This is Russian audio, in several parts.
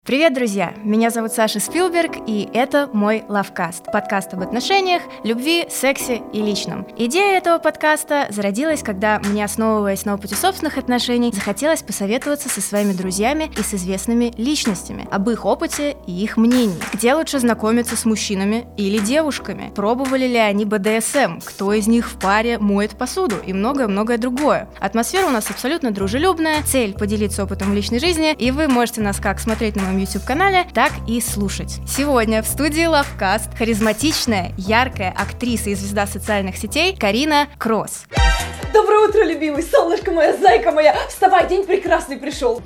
Привет, друзья! Меня зовут Саша Спилберг, и это мой Лавкаст. Подкаст об отношениях, любви, сексе и личном. Идея этого подкаста зародилась, когда мне, основываясь на опыте собственных отношений, захотелось посоветоваться со своими друзьями и с известными личностями об их опыте и их мнении. Где лучше знакомиться с мужчинами или девушками? Пробовали ли они БДСМ? Кто из них в паре моет посуду? И многое-многое другое. Атмосфера у нас абсолютно дружелюбная, цель поделиться опытом в личной жизни, и вы можете нас как смотреть на YouTube-канале, так и слушать. Сегодня в студии Лавкаст харизматичная, яркая актриса и звезда социальных сетей Карина Кросс. Доброе утро, любимый, солнышко моя, зайка моя! Вставай, день прекрасный пришел!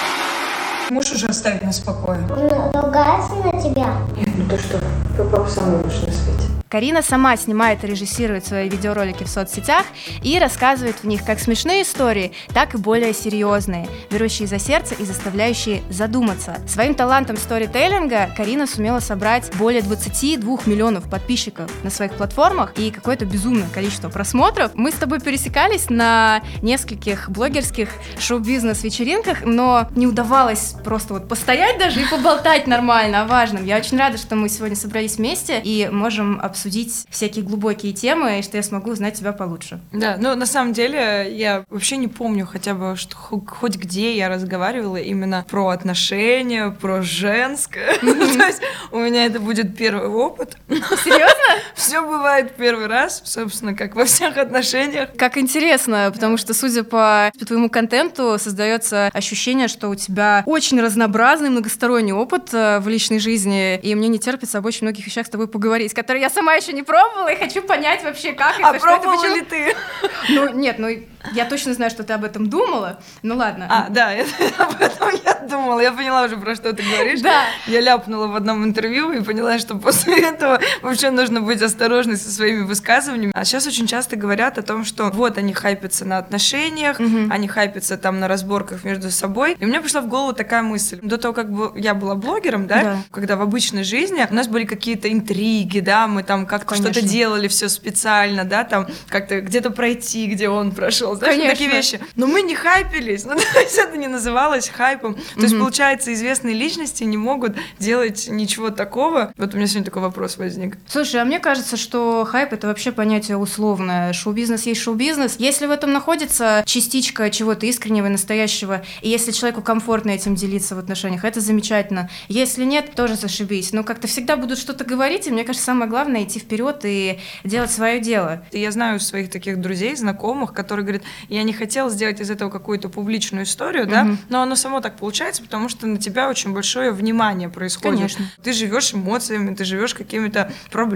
Можешь уже оставить нас в покое? Он ругается на тебя? Нет, ну ты что? Твой папа самый лучший на свете. Карина сама снимает и режиссирует свои видеоролики в соцсетях и рассказывает в них как смешные истории, так и более серьезные, берущие за сердце и заставляющие задуматься. Своим талантом сторителлинга Карина сумела собрать более 22 миллионов подписчиков на своих платформах и какое-то безумное количество просмотров. Мы с тобой пересекались на нескольких блогерских шоу-бизнес-вечеринках, но не удавалось просто вот постоять даже и поболтать нормально о важном. Я очень рада, что мы сегодня собрались вместе и можем обсудить всякие глубокие темы, и что я смогу узнать тебя получше. Да, ну на самом деле я вообще не помню хотя бы, что хоть где я разговаривала именно про отношения, про женское. То есть у меня это будет первый опыт. Серьезно? Все бывает первый раз, собственно, как во всех отношениях. Как интересно, потому что, судя по твоему контенту, создается ощущение, что у тебя очень разнообразный, многосторонний опыт в личной жизни, и мне не терпится об очень многих вещах с тобой поговорить, которые я сама еще не пробовала, и хочу понять вообще, как это, что это, почему. Пробовала ли ты? Ну, нет, я точно знаю, что ты об этом думала, ну ладно. Да, об этом я думала, я поняла уже, про что ты говоришь. Да. Я ляпнула в одном интервью и поняла, что после этого вообще нужно быть осторожной со своими высказываниями. А сейчас очень часто говорят о том, что вот они хайпятся на отношениях, они хайпятся там на разборках между собой. И мне пришла в голову такая мысль. До того, как я была блогером, да, когда в обычной жизни у нас были какие-то интриги, да, мы там как-то что-то делали все специально, да, там как-то где-то пройти, где он прошел, знаешь, такие вещи. Но мы не хайпились, ну, то есть это не называлось хайпом. То есть, получается, известные личности не могут делать ничего такого. Вот у меня сегодня такой вопрос возник. Слушай, а мне кажется, что хайп — это вообще понятие условное. Шоу-бизнес есть шоу-бизнес. Если в этом находится частичка чего-то искреннего и настоящего, и если человеку комфортно этим делиться в отношениях, это замечательно. Если нет, тоже зашибись. Но как-то всегда будут что-то говорить, и мне кажется, самое главное — идти вперед и делать свое дело. Я знаю своих таких друзей, знакомых, которые говорят, я не хотела сделать из этого какую-то публичную историю, да, но оно само так получается, потому что на тебя очень большое внимание происходит. Конечно. Ты живешь эмоциями, ты живешь какими-то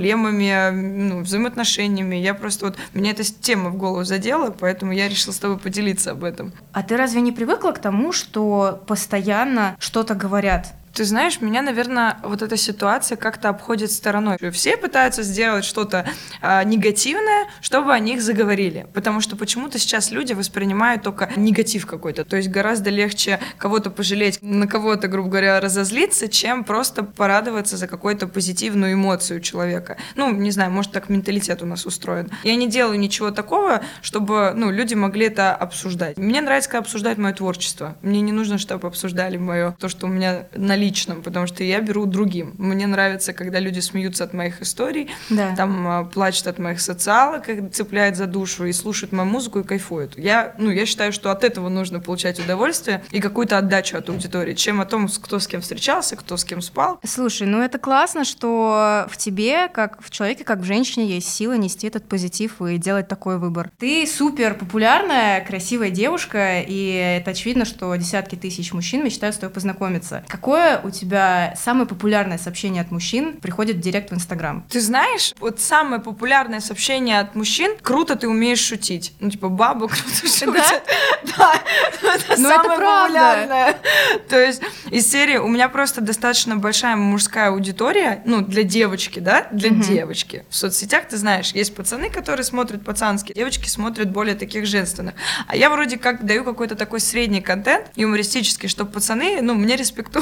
проблемами, взаимоотношениями. Я просто меня эта тема в голову задела, поэтому я решила с тобой поделиться об этом. А ты разве не привыкла к тому, что постоянно что-то говорят? Ты знаешь, меня, наверное, вот эта ситуация как-то обходит стороной. Все пытаются сделать что-то негативное, чтобы о них заговорили. Потому что почему-то сейчас люди воспринимают только негатив какой-то. То есть гораздо легче кого-то пожалеть, на кого-то, грубо говоря, разозлиться, чем просто порадоваться за какую-то позитивную эмоцию человека. Ну, не знаю, может, так менталитет у нас устроен. Я не делаю ничего такого, чтобы люди могли это обсуждать. Мне нравится, когда обсуждают мое творчество. Мне не нужно, чтобы обсуждали то, что у меня на личном, потому что я беру другим. Мне нравится, когда люди смеются от моих историй, там плачут от моих социалок, цепляют за душу и слушают мою музыку и кайфуют. Я считаю, что от этого нужно получать удовольствие и какую-то отдачу от аудитории, чем о том, кто с кем встречался, кто с кем спал. Слушай, это классно, что в тебе, как в человеке, как в женщине, есть сила нести этот позитив и делать такой выбор. Ты супер популярная, красивая девушка, и это очевидно, что десятки тысяч мужчин мечтают с тобой познакомиться. Какое у тебя самое популярное сообщение от мужчин приходит в директ в Инстаграм? Ты знаешь, вот самое популярное сообщение от мужчин: круто ты умеешь шутить. Баба круто шутит. Да, это самое популярное. То есть из серии у меня просто достаточно большая мужская аудитория, для девочки, да, для девочки. В соцсетях, ты знаешь, есть пацаны, которые смотрят пацанские, девочки смотрят более таких женственных. А я вроде как даю какой-то такой средний контент, юмористический, чтобы пацаны, мне респектуют.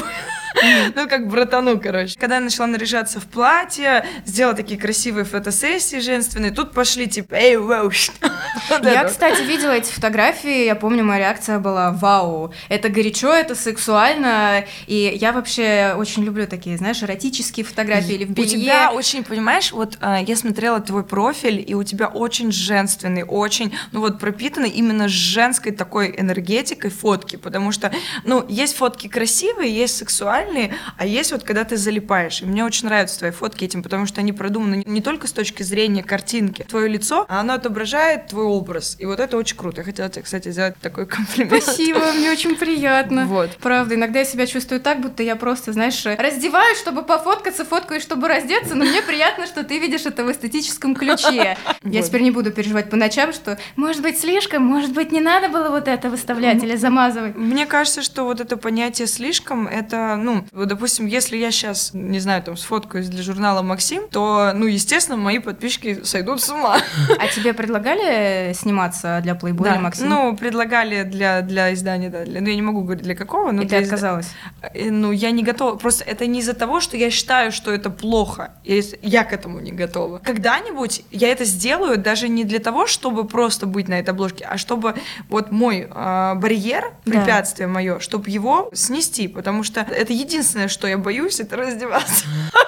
Ну, как братану, короче. Когда я начала наряжаться в платье, сделала такие красивые фотосессии женственные, тут пошли типа, эй, вау. Я, кстати, видела эти фотографии, я помню, моя реакция была: вау, это горячо, это сексуально, и я вообще очень люблю такие, знаешь, эротические фотографии или в белье. У тебя очень, понимаешь, вот я смотрела твой профиль, и у тебя очень женственный, очень, ну вот пропитанный именно женской такой энергетикой фотки, потому что, ну, есть фотки красивые, есть сексуальные, а есть вот когда ты залипаешь, и мне очень нравятся твои фотки этим, потому что они продуманы не только с точки зрения картинки, твое лицо, а оно отображает твой образ, и вот это очень круто. Я хотела тебе, кстати, сделать такой комплимент. Спасибо, мне очень приятно. Вот. Правда, иногда я себя чувствую так, будто я просто, знаешь, раздеваюсь, чтобы пофоткаться, фоткаюсь, чтобы раздеться, но мне приятно, что ты видишь это в эстетическом ключе. Я теперь не буду переживать по ночам, что, может быть, слишком, может быть, не надо было вот это выставлять или замазывать. Мне кажется, что вот это понятие «слишком», это, ну, вот, допустим, если я сейчас, не знаю, там, сфоткаюсь для журнала «Максим», то, ну, естественно, мои подписчики сойдут с ума. А тебе предлагали сниматься для Playboy или Максим? Ну, предлагали для издания, да. Ну, я не могу говорить, для какого, но и ты отказалась? Ну, я не готова. Просто это не из-за того, что я считаю, что это плохо. Я к этому не готова. Когда-нибудь я это сделаю даже не для того, чтобы просто быть на этой обложке, а чтобы вот мой барьер, препятствие мое, чтобы его снести, потому что это единственное, что я боюсь, это раздеваться.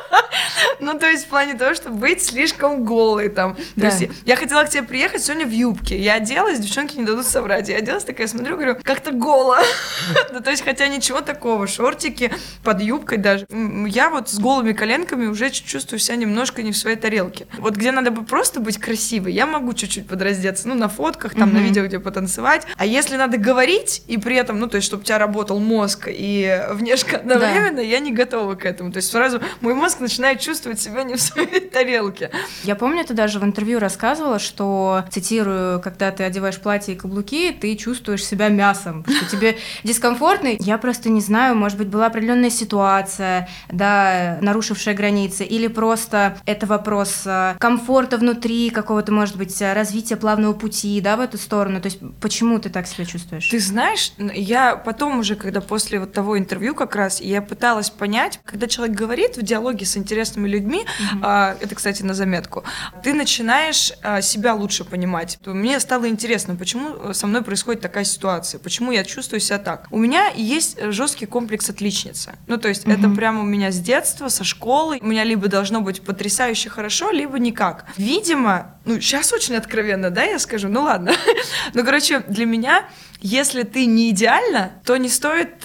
Ну, то есть в плане того, чтобы быть слишком голой там. То есть я хотела к тебе приехать сегодня в юбке. Я оделась, девчонки не дадут соврать. Я оделась такая, смотрю, говорю, как-то голая. Ну, то есть, хотя ничего такого, шортики под юбкой даже. Я вот с голыми коленками уже чувствую себя немножко не в своей тарелке. Вот где надо бы просто быть красивой, я могу чуть-чуть подраздеться. Ну, на фотках, там, на видео, где потанцевать. А если надо говорить, и при этом, ну, то есть, чтобы у тебя работал мозг и внешка одновременно, я не готова к этому. То есть, сразу мой мозг начинает чувствовать себя не в своей тарелке. Я помню, ты даже в интервью рассказывала, что, цитирую, когда ты одеваешь платье и каблуки, ты чувствуешь себя мясом, что тебе дискомфортно. Я просто не знаю, может быть, была определенная ситуация, да, нарушившая границы, или просто это вопрос комфорта внутри, какого-то, может быть, развития плавного пути, да, в эту сторону. То есть почему ты так себя чувствуешь? Ты знаешь, я потом уже, когда после вот того интервью как раз, я пыталась понять, когда человек говорит в диалоге с интересными людьми, это, кстати, на заметку, ты начинаешь себя лучше понимать. Мне стало интересно, почему со мной происходит такая ситуация, почему я чувствую себя так. У меня есть жесткий комплекс отличницы. Ну, то есть это прямо у меня с детства, со школы. У меня либо должно быть потрясающе хорошо, либо никак. Видимо, ну, сейчас очень откровенно, да, я скажу, ну ладно. Ну, короче, для меня, если ты не идеальна, то не стоит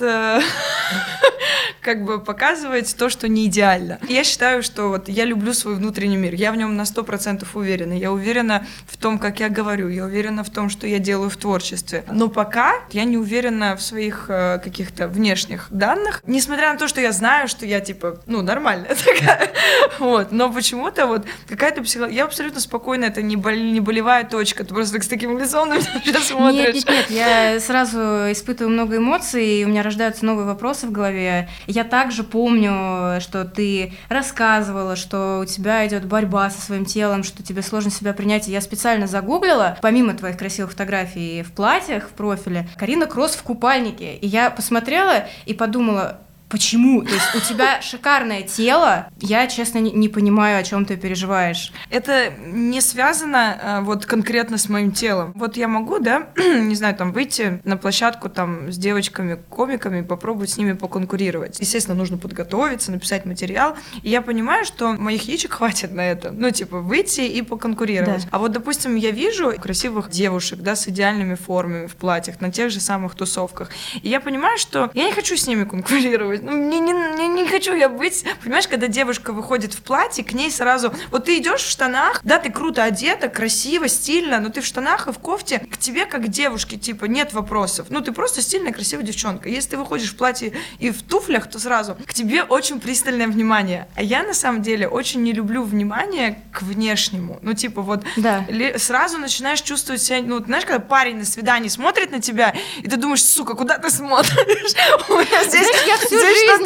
как бы показывать то, что не идеально. Я считаю, что вот я люблю свой внутренний мир, я в нем на 100% уверена. Я уверена в том, как я говорю, я уверена в том, что я делаю в творчестве. Но пока я не уверена в своих каких-то внешних данных, несмотря на то, что я знаю, что я типа, ну, нормальная такая. Вот. Но почему-то вот какая-то психология... Я абсолютно спокойна, это не болевая точка. Ты просто с таким лицом на меня сейчас смотришь. Нет, я сразу испытываю много эмоций, и у меня рождаются новые вопросы в голове. Я также помню, что ты рассказывала, что у тебя идет борьба со своим телом, что тебе сложно себя принять. И я специально загуглила, помимо твоих красивых фотографий в платьях, в профиле, Карина Кросс в купальнике. И я посмотрела и подумала, почему? То есть у тебя шикарное тело, я, честно, не понимаю, о чем ты переживаешь. Это не связано вот конкретно с моим телом. Вот я могу, да, не знаю, там выйти на площадку там с девочками-комиками, попробовать с ними поконкурировать. Естественно, нужно подготовиться, написать материал. И я понимаю, что моих яичек хватит на это. Ну, типа, выйти и поконкурировать. Да. А вот, допустим, я вижу красивых девушек, да, с идеальными формами в платьях на тех же самых тусовках. И я понимаю, что я не хочу с ними конкурировать. Ну, мне не хочу я быть. Понимаешь, когда девушка выходит в платье, к ней сразу... Вот ты идешь в штанах, да, ты круто одета, красиво, стильно, но ты в штанах и в кофте, к тебе, как к девушке, типа, нет вопросов. Ну, ты просто стильная, красивая девчонка. Если ты выходишь в платье и в туфлях, то сразу к тебе очень пристальное внимание. А я, на самом деле, очень не люблю внимание к внешнему. Ну, типа, вот сразу начинаешь чувствовать себя... Ну, знаешь, когда парень на свидании смотрит на тебя, и ты думаешь, сука, куда ты смотришь? У меня здесь я всю жизнь мечтаю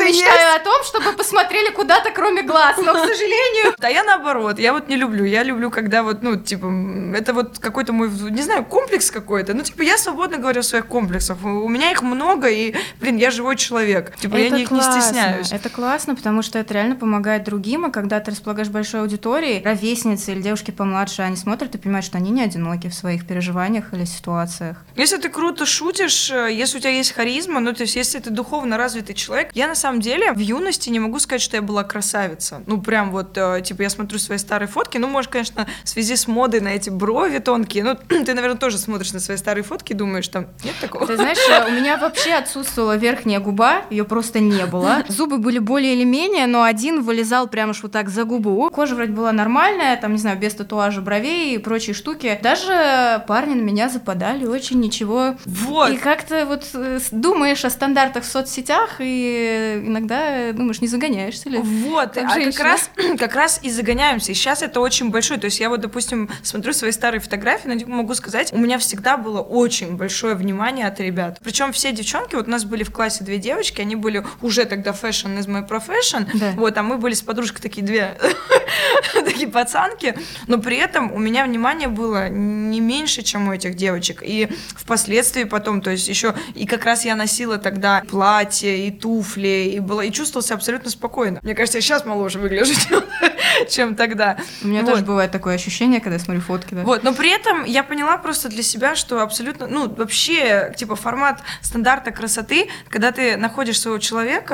о том, чтобы посмотрели куда-то, кроме глаз, но, к сожалению... Да, я наоборот, я вот не люблю. Я люблю, когда вот, ну, типа, это вот какой-то мой, не знаю, комплекс какой-то. Ну, типа, я свободно говорю о своих комплексах. У меня их много, и, блин, я живой человек. Типа, я их не стесняюсь. Это классно, потому что это реально помогает другим, и когда ты располагаешь большой аудиторией, ровесницы или девушки помладше, они смотрят и понимают, что они не одиноки в своих переживаниях или ситуациях. Если ты круто шутишь, если у тебя есть харизма, ну, то есть, если ты духовно развитый человек, я, на самом деле, в юности не могу сказать, что я была красавица. Ну, прям вот, типа, я смотрю свои старые фотки, ну, может, конечно, в связи с модой на эти брови тонкие, ну, ты, наверное, тоже смотришь на свои старые фотки и думаешь, там, нет такого? Ты знаешь, у меня вообще отсутствовала верхняя губа, ее просто не было. Зубы были более или менее, но один вылезал прямо уж вот так за губу. Кожа вроде была нормальная, там, не знаю, без татуажа бровей и прочие штуки. Даже парни на меня западали очень ничего. Вот. И как-то вот думаешь о стандартах в соцсетях и иногда думаешь, не загоняешься ли? Вот, как а женщина. как раз и загоняемся. И сейчас это очень большой. То есть я вот, допустим, смотрю свои старые фотографии, но могу сказать, у меня всегда было очень большое внимание от ребят. Причем все девчонки, вот у нас были в классе 2 девочки, они были уже тогда fashion is my profession, Да. вот, а мы были с подружкой такие 2 такие пацанки, но при этом у меня внимание было не меньше, чем у этих девочек. И впоследствии потом, то есть еще, и как раз я носила тогда платье и туфли, и чувствовала себя абсолютно спокойно. Мне кажется, я сейчас моложе выгляжу, чем тогда. У меня Вот. тоже бывает такое ощущение, когда я смотрю фотки. Да. Вот, но при этом я поняла просто для себя, что абсолютно, ну, вообще, типа, формат стандарта красоты, когда ты находишь своего человека,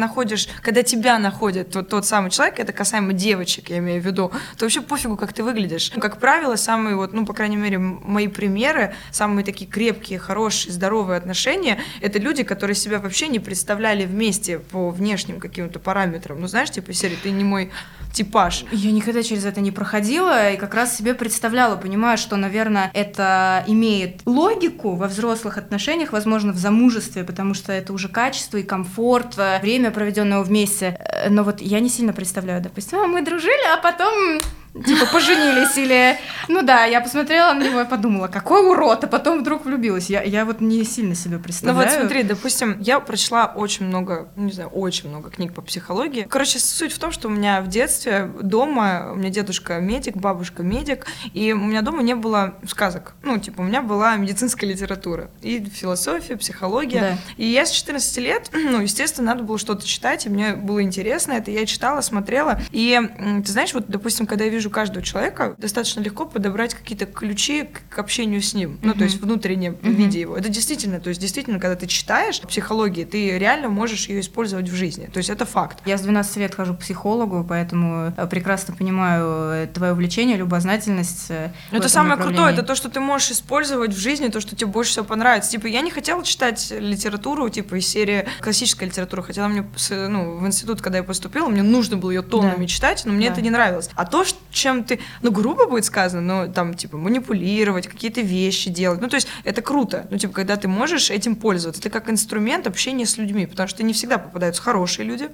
когда тебя находит тот самый человек, это касаемо девочек, я имею в виду, то вообще пофигу, как ты выглядишь. Ну, как правило, самые вот, ну, по крайней мере, мои примеры, самые такие крепкие, хорошие, здоровые отношения, это люди, которые себя вообще не представляли вместе по внешним каким-то параметрам. Ну, знаешь, типа, серии, ты не мой типаж. Я никогда через это не проходила и как раз себе представляла, понимаю, что, наверное, это имеет логику во взрослых отношениях, возможно, в замужестве, потому что это уже качество и комфорт, время, проведенное вместе. Но вот я не сильно представляю, допустим, мы дружили, а потом... типа поженились или... Ну да, я посмотрела на него и подумала, какой урод, а потом вдруг влюбилась. Я вот не сильно себе Ну представляю. вот смотри, допустим, я прочла очень много, не знаю, очень много книг по психологии. Короче, суть в том, что у меня в детстве дома, у меня дедушка медик, бабушка медик, и у меня дома не было сказок. Ну, типа, у меня была медицинская литература. И философия, психология. Да. И я с 14 лет, ну, естественно, надо было что-то читать, и мне было интересно это. Я читала, смотрела. И ты знаешь, вот, допустим, когда я вижу каждого человека, достаточно легко подобрать какие-то ключи к общению с ним. Ну, то есть внутренне в виде его. Это действительно, то есть действительно, когда ты читаешь психологии, ты реально можешь ее использовать в жизни. То есть это факт. Я с 12 лет хожу к психологу, поэтому прекрасно понимаю твое увлечение, любознательность. Это самое крутое, это то, что ты можешь использовать в жизни, то, что тебе больше всего понравится. Типа, я не хотела читать литературу, типа, из серии классическая литература, хотела мне, ну, в институт, когда я поступила, мне нужно было ее тоннами читать, но мне это не нравилось. А то, чем ты, ну, грубо будет сказано, но там, типа, манипулировать, какие-то вещи делать, ну, то есть это круто, ну, типа, когда ты можешь этим пользоваться, это как инструмент общения с людьми, потому что не всегда попадаются хорошие люди.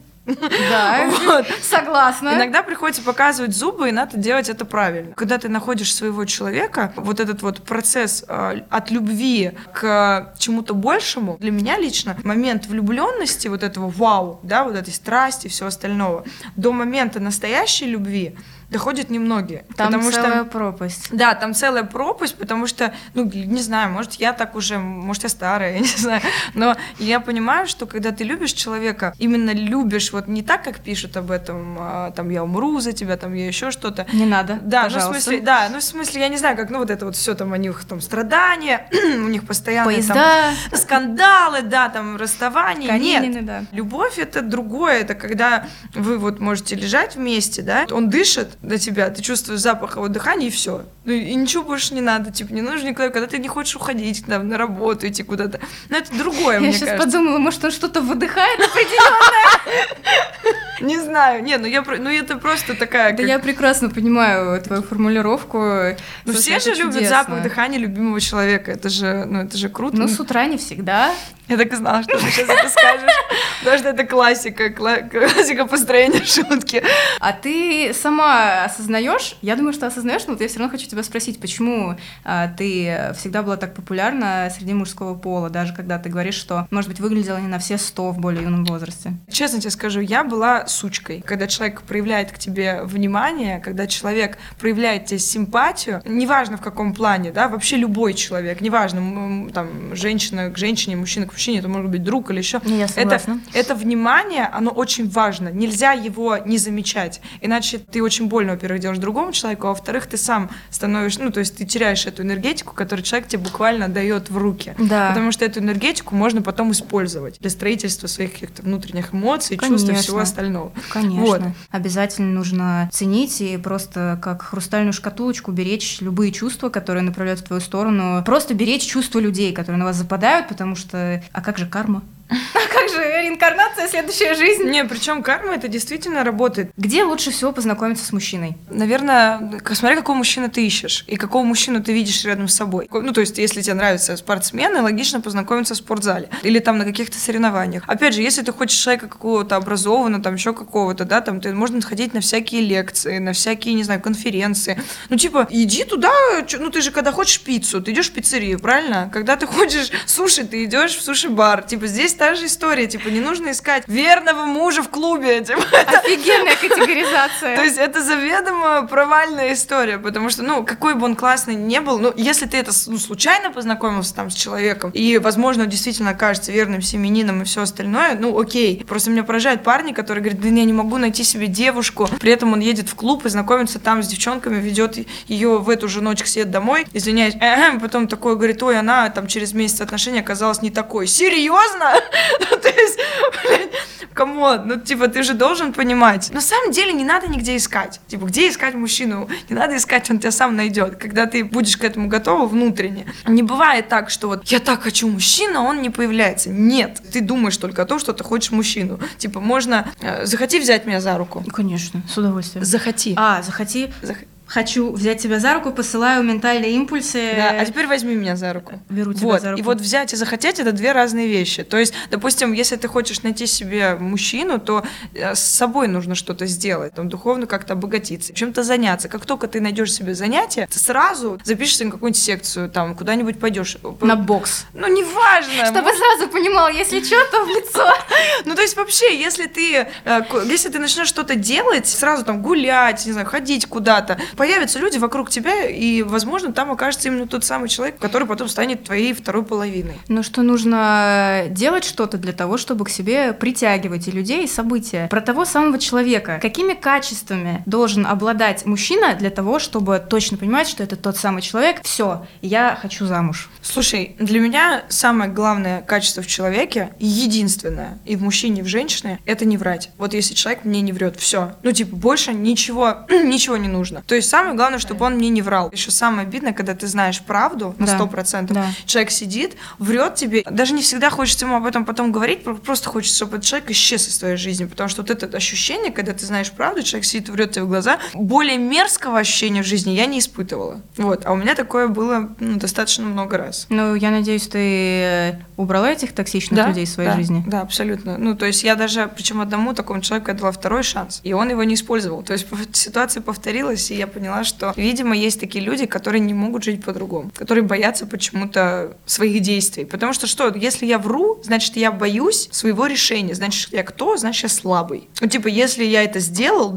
Да, Вот. согласна. Иногда приходится показывать зубы, и надо делать это правильно. Когда ты находишь своего человека, вот этот вот процесс от любви к чему-то большему, для меня лично момент влюбленности, вот этого вау, да, вот этой страсти и всего остального, до момента настоящей любви доходят немногие. Там потому целая что, пропасть. да, там целая пропасть, потому что, ну, не знаю, может, я так уже, может, я старая, я не знаю, но я понимаю, что когда ты любишь человека, именно любишь вот не так, как пишут об этом, там, я умру за тебя, там, я еще что-то. Не надо, Да, пожалуйста. ну, в смысле, да, ну, в смысле, я не знаю, как, ну, вот это вот все там, у них там страдания, у них постоянно Поезда. там скандалы, да, там, расставания. Каренины, Нет, да. любовь — это другое, это когда вы вот можете лежать вместе, да, он дышит до тебя, ты чувствуешь запах его дыхания, и все. Ну, и ничего больше не надо, типа, не нужно никуда, когда ты не хочешь уходить там, на работу, идти куда-то. Но это другое, мне Я сейчас кажется. подумала, может, он что-то выдыхает определенное. Не знаю. Не, ну это просто такая... Да я прекрасно понимаю твою формулировку. Ну все же любят запах дыхания любимого человека. Это же круто. Ну, с утра не всегда. Я так и знала, что ты сейчас это скажешь. Потому что это классика построения шутки. А ты сама осознаешь? Я думаю, что осознаешь, но вот я все равно хочу тебя спросить, почему ты всегда была так популярна среди мужского пола, даже когда ты говоришь, что, может быть, выглядела не на все 100 в более юном возрасте. Честно тебе скажу, я была сучкой. Когда человек проявляет к тебе внимание, когда человек проявляет тебе симпатию, неважно в каком плане, да, вообще любой человек, неважно, там, женщина к женщине, мужчина к мужчине, это может быть друг или еще. Я согласна. Это внимание, оно очень важно. Нельзя его не замечать. Иначе ты очень больно, во-первых, делаешь другому человеку, а во-вторых, ты сам становишься, то есть ты теряешь эту энергетику, которую человек тебе буквально дает в руки. Да. Потому что эту энергетику можно потом использовать для строительства своих каких-то внутренних эмоций, чувств и всего остального. Конечно. Вот. Обязательно нужно ценить и просто как хрустальную шкатулочку беречь любые чувства, которые направляют в твою сторону. Просто беречь чувства людей, которые на вас западают, потому что... А как же карма? А как же реинкарнация, следующая жизнь? Не, причем карма это действительно работает. Где лучше всего познакомиться с мужчиной? Наверное, смотря какого мужчину ты ищешь и какого мужчину ты видишь рядом с собой. Ну, то есть, если тебе нравятся спортсмены, логично познакомиться в спортзале или там на каких-то соревнованиях. Опять же, если ты хочешь человека какого-то образованного, там еще какого-то, да, там ты можно ходить на всякие лекции, на всякие, не знаю, конференции. Ну, типа, иди туда, ты же когда хочешь пиццу, ты идешь в пиццерию, правильно? Когда ты хочешь суши, ты идешь в суши-бар. Типа, здесь та же история, типа, не нужно искать верного мужа в клубе. Типа, офигенная категоризация. То есть это заведомо провальная история, потому что, какой бы он классный ни был, если ты это случайно познакомился там с человеком, и, возможно, он действительно окажется верным семенином и все остальное, окей. Просто меня поражают парни, которые говорят, да я не могу найти себе девушку, при этом он едет в клуб и знакомится там с девчонками, ведет ее в эту же ночь к себе домой, извиняюсь, потом такой говорит, ой, она там через месяц отношений оказалась не такой. Серьезно? То есть, камон, ты же должен понимать. На самом деле не надо нигде искать. Где искать мужчину? Не надо искать, он тебя сам найдет. Когда ты будешь к этому готова внутренне. Не бывает так, что я так хочу мужчину, а он не появляется. Нет, ты думаешь только о том, что ты хочешь мужчину. Можно, захоти взять меня за руку. Конечно, с удовольствием. Захоти. Захоти. Хочу взять тебя за руку, посылаю ментальные импульсы. Да, а теперь возьми меня за руку. Беру тебя за руку. И взять и захотеть — это две разные вещи. То есть, допустим, если ты хочешь найти себе мужчину, то с собой нужно что-то сделать, духовно как-то обогатиться, чем-то заняться. Как только ты найдешь себе занятие, ты сразу запишешься на какую-нибудь секцию, куда-нибудь пойдешь. На бокс. Неважно. Чтобы сразу понимал, если что, то в лицо. То есть вообще, если ты начнешь что-то делать, сразу гулять, не знаю, ходить куда-то, появятся люди вокруг тебя, и, возможно, там окажется именно тот самый человек, который потом станет твоей второй половиной. Что нужно делать что-то для того, чтобы к себе притягивать и людей, и события. Про того самого человека. Какими качествами должен обладать мужчина для того, чтобы точно понимать, что это тот самый человек? Все, я хочу замуж. Слушай, для меня самое главное качество в человеке, единственное, и в мужчине, и в женщине, это не врать. Если человек мне не врет, все. Больше ничего не нужно. То есть самое главное, чтобы он мне не врал. Еще самое обидное, когда ты знаешь правду на 100%. Да. Человек сидит, врет тебе. Даже не всегда хочется ему об этом потом говорить, просто хочется, чтобы этот человек исчез из твоей жизни. Потому что это ощущение, когда ты знаешь правду, человек сидит и врет тебе в глаза, более мерзкого ощущения в жизни я не испытывала. А у меня такое было достаточно много раз. Я надеюсь, ты убрала этих токсичных людей из своей жизни? Да, абсолютно. То есть я даже, причем одному такому человеку дала второй шанс, и он его не использовал. То есть ситуация повторилась, и я поняла, что, видимо, есть такие люди, которые не могут жить по-другому, которые боятся почему-то своих действий. Потому что если я вру, значит, я боюсь своего решения. Значит, я кто? Значит, я слабый. Если я это сделал,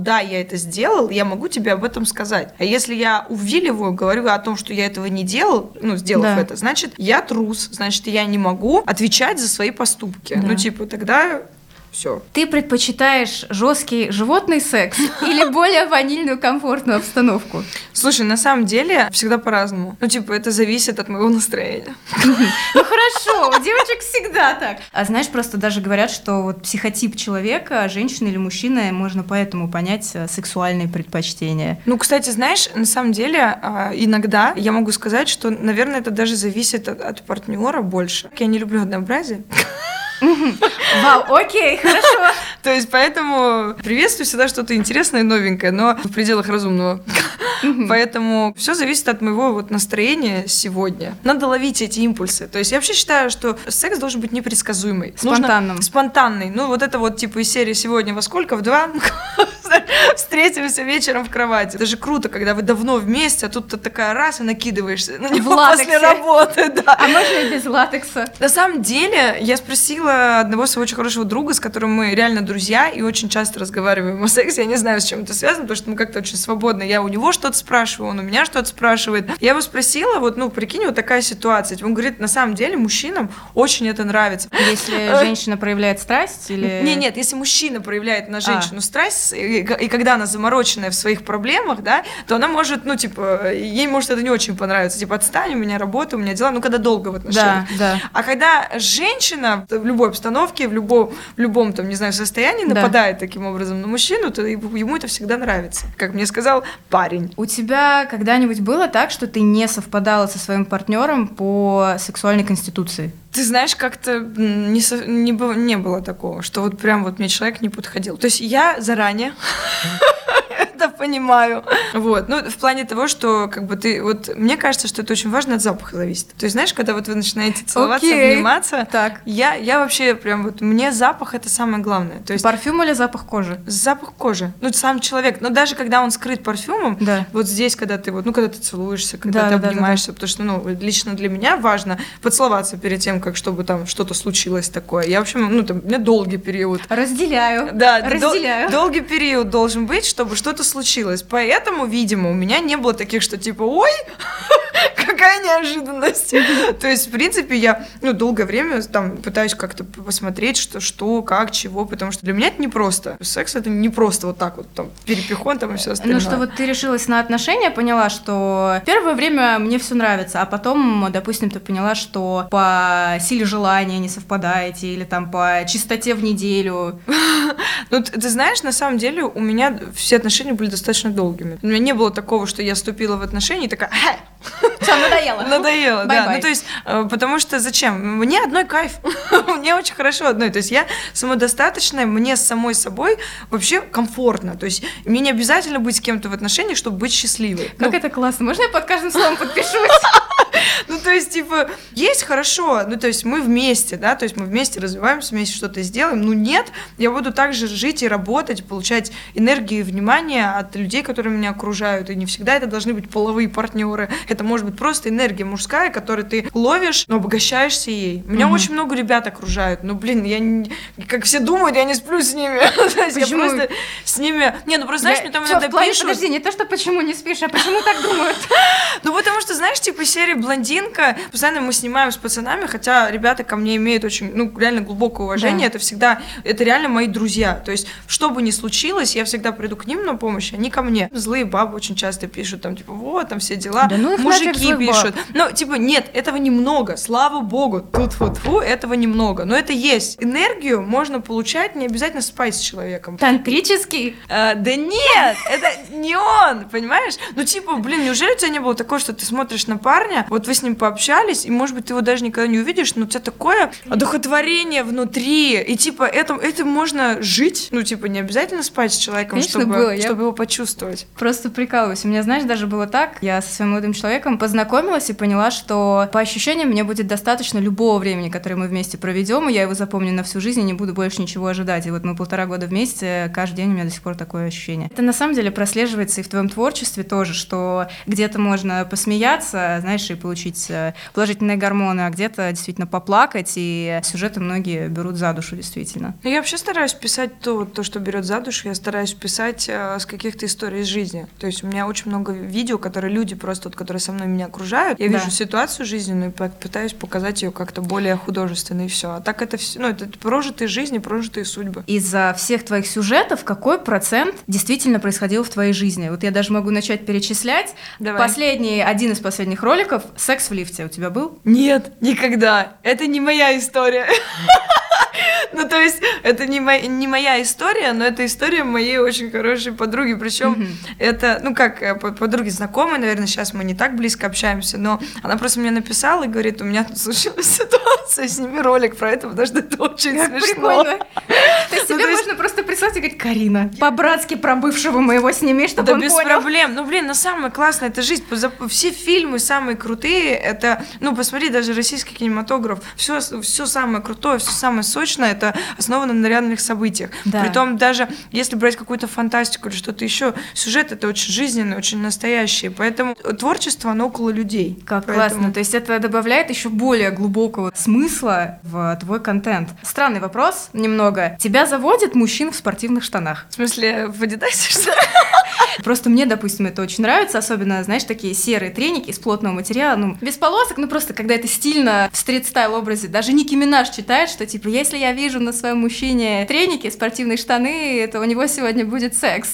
я могу тебе об этом сказать. А если я увиливаю, говорю о том, что я этого не делал, сделав это, значит, я трус, значит, я не могу отвечать за свои поступки. Да. Тогда... Все. Ты предпочитаешь жесткий животный секс или более ванильную комфортную обстановку? Слушай, на самом деле всегда по-разному. Это зависит от моего настроения. Хорошо, у девочек всегда так. А знаешь, просто даже говорят, что психотип человека, женщины или мужчины, можно поэтому понять сексуальные предпочтения. Кстати, знаешь, на самом деле иногда я могу сказать, что, наверное, это даже зависит от партнера больше. Я не люблю однообразие. Вау, окей, хорошо. То есть поэтому приветствую всегда что-то интересное и новенькое, но в пределах разумного. Поэтому все зависит от моего вот настроения сегодня. Надо ловить эти импульсы. То есть я вообще считаю, что секс должен быть непредсказуемый. Спонтанным. Спонтанный. Ну вот это вот типа из серии «Сегодня во сколько?» В 2 встретимся вечером в кровати. Это же круто, когда вы давно вместе, а тут ты такая раз и накидываешься на него после работы. Да. А можно и без латекса? На самом деле, я спросила одного своего очень хорошего друга, с которым мы реально друзья и очень часто разговариваем о сексе. Я не знаю, с чем это связано, потому что мы как-то очень свободно. Я у него что-то спрашиваю, он у меня что-то спрашивает. Я его спросила, вот, ну, прикинь, вот такая ситуация. Он говорит, на самом деле, мужчинам очень это нравится. Если женщина проявляет страсть или... Нет, если мужчина проявляет на женщину страсть, и когда она замороченная в своих проблемах, да, то она может, ну, типа, ей может это не очень понравиться. Типа, отстань, у меня работа, у меня дела, ну, когда долго в отношениях. Да. А когда женщина в любой обстановке, в любом там, не знаю, состоянии нападает таким образом на мужчину, то ему это всегда нравится. Как мне сказал парень. У тебя когда-нибудь было так, что ты не совпадала со своим партнером по сексуальной конституции? Ты знаешь, как-то не было такого, что вот прям вот мне человек не подходил. То есть я заранее это понимаю. Вот. Ну, в плане того, что как бы ты... Вот мне кажется, что это очень важно, от запаха зависит. То есть, знаешь, когда вот вы начинаете целоваться, обниматься, так. Я вообще прям вот... Мне запах — это самое главное. То есть, парфюм или запах кожи? запах кожи. Ну, сам человек. Но даже когда он скрыт парфюмом, Да. вот здесь, когда ты вот... Ну, когда ты целуешься, когда ты обнимаешься, потому что, ну, лично для меня важно поцеловаться перед тем, как чтобы там что-то случилось такое. Я, в общем, ну, там, у меня долгий период. Разделяю. Да, разделяю. Долгий период должен быть, чтобы что-то случилось. Поэтому, видимо, у меня не было таких, что типа, ой, какая неожиданность. То есть, в принципе, я, ну, долгое время там пытаюсь как-то посмотреть, что, как, чего, потому что для меня это непросто. Секс — это не просто вот так вот, там, перепихон там и все остальное. Ну, что вот ты решилась на отношения, поняла, что первое время мне все нравится, а потом, допустим, ты поняла, что по силе желания не совпадаете, или там по чистоте в неделю. Ну, ты знаешь, на самом деле у меня все отношения были достаточно долгими. У меня не было такого, что я вступила в отношения и такая, Все, надоело. Надоело, да. Bye-bye. Ну, то есть, потому что зачем? Мне одной кайф. Мне очень хорошо одной. То есть, я самодостаточная, мне с самой собой вообще комфортно. То есть, мне не обязательно быть с кем-то в отношениях, чтобы быть счастливой. Как это классно. Можно я под каждым словом подпишусь? Ну, то есть, типа, есть хорошо, ну, то есть, мы вместе, да, то есть, мы вместе развиваемся, вместе что-то сделаем. Ну, нет, я буду также жить и работать, получать энергию и внимание от людей, которые меня окружают. И не всегда это должны быть половые партнеры. Это может быть просто энергия мужская, которую ты ловишь, но обогащаешься ей. Меня очень много ребят окружают. Ну, блин, как все думают, я не сплю с ними. Я просто с ними... Не, ну, просто, знаешь, мне там иногда пишут... Подожди, не то, что почему не спишь, а почему так думают? Ну, потому что, знаешь, типа, серия «Блондинка», постоянно мы снимаем с пацанами, хотя ребята ко мне имеют очень, ну, реально глубокое уважение, это реально мои друзья. То есть, что бы ни случилось, я всегда приду к ним на помощь, они ко мне. Злые бабы очень часто пишут, там, типа, вот, там все дела. Да ну их мужики нафиг, пишут. Ну, типа, нет, этого немного, слава богу, тут этого немного. Но это есть. Энергию можно получать, не обязательно спать с человеком. Тантрический? Да нет, это не он, понимаешь? Ну, типа, блин, неужели у тебя не было такого, что ты смотришь на парня, вот вы с ним пообщались, и, может быть, ты его даже никогда не увидишь, но у тебя такое одухотворение внутри, и, типа, это можно жить, ну, типа, не обязательно спать с человеком, Конечно, чтобы его почувствовать. Просто прикалываюсь. У меня, знаешь, даже было так, я со своим молодым человеком познакомилась и поняла, что по ощущениям мне будет достаточно любого времени, которое мы вместе проведем, и я его запомню на всю жизнь и не буду больше ничего ожидать. И вот мы 1,5 года вместе, каждый день у меня до сих пор такое ощущение. Это на самом деле прослеживается и в твоем творчестве тоже, что где-то можно посмеяться, знаешь, и получить положительные гормоны, а где-то действительно поплакать, и сюжеты многие берут за душу, действительно. Я вообще стараюсь писать то, что берет за душу, я стараюсь писать с каких-то историй из жизни. То есть у меня очень много видео, которые люди просто, вот, которые со мной меня окружают, я вижу ситуацию жизненную и пытаюсь показать ее как-то более художественно, и все. А так это все, ну, это прожитые жизни, прожитые судьбы. Из-за всех твоих сюжетов какой процент действительно происходил в твоей жизни? Вот я даже могу начать перечислять. Давай. Один из последних роликов — секс в лифте. У тебя был? Нет, никогда. Это не моя история. Ну, то есть, это не моя история, но это история моей очень хорошей подруги. Причем это, ну, как подруги знакомые, наверное, сейчас мы не так близко общаемся, но она просто мне написала и говорит, у меня тут случилась ситуация, сними ролик про это, потому что это очень смешно. Прикольно. То есть тебе можно просто прислать и говорить: Карина, по-братски про бывшего моего сними, чтобы он без понял. проблем. Ну, блин, самое классное — это жизнь. Все фильмы самые крутые, это, ну, посмотри, даже российский кинематограф, все самое крутое, все самое сочное, это основано на реальных событиях. Да. Притом, даже если брать какую-то фантастику или что-то еще, сюжет — это очень жизненный, очень настоящий. Поэтому творчество, оно около людей. Как классно. То есть это добавляет еще более глубокого смысла в твой контент. Странный вопрос немного. Тебя заводит мужчин в спортивных штанах? В смысле, в Адидасе, что ли? Просто мне, допустим, это очень нравится, особенно, знаешь, такие серые треники из плотного материала, ну, без полосок, ну, просто когда это стильно в стрит-стайл образе. Даже Ники Минаж читает, что, типа, если я вижу на своем мужчине треники, спортивные штаны, то у него сегодня будет секс.